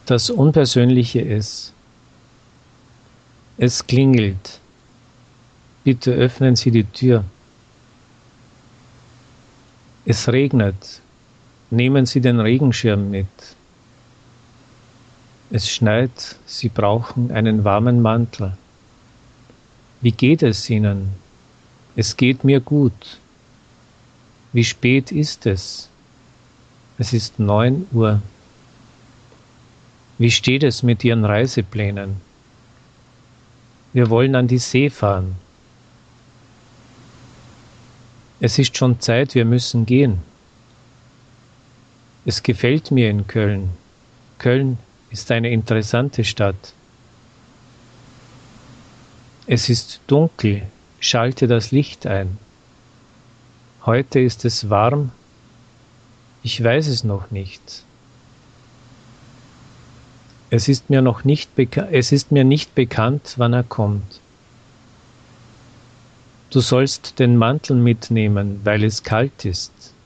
Das Unpersönliche ist. Es klingelt. Bitte öffnen Sie die Tür. Es regnet. Nehmen Sie den Regenschirm mit. Es schneit. Sie brauchen einen warmen Mantel. Wie geht es Ihnen? Es geht mir gut. Wie spät ist es? Es ist 9 Uhr. Wie steht es mit Ihren Reiseplänen? Wir wollen an die See fahren. Es ist schon Zeit, wir müssen gehen. Es gefällt mir in Köln. Köln ist eine interessante Stadt. Es ist dunkel, schalte das Licht ein. Heute ist es warm. Ich weiß es noch nicht. Es ist mir nicht bekannt, wann er kommt. Du sollst den Mantel mitnehmen, weil es kalt ist.